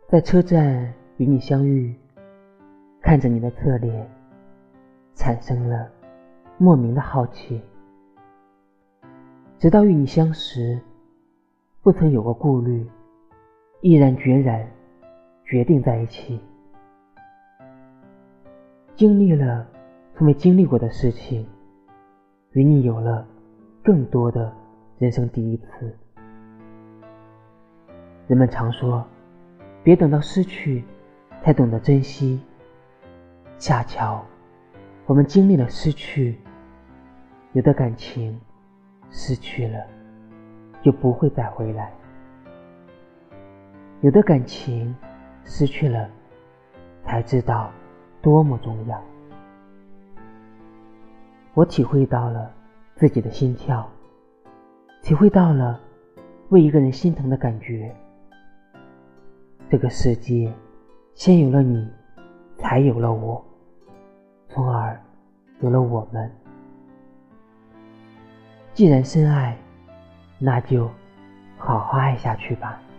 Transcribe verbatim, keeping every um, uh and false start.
在车站与你相遇，看着你的侧脸，产生了莫名的好奇。直到与你相识，不曾有过顾虑，毅然决然决定在一起。经历了从没经历过的事情，与你有了更多的人生第一次。人们常说，别等到失去才懂得珍惜，恰巧我们经历了失去，有的感情失去了就不会再回来，有的感情失去了才知道多么重要。我体会到了自己的心跳，体会到了为一个人心疼的感觉。这个世界先有了你，才有了我，从而有了我们。既然深爱，那就好好爱下去吧。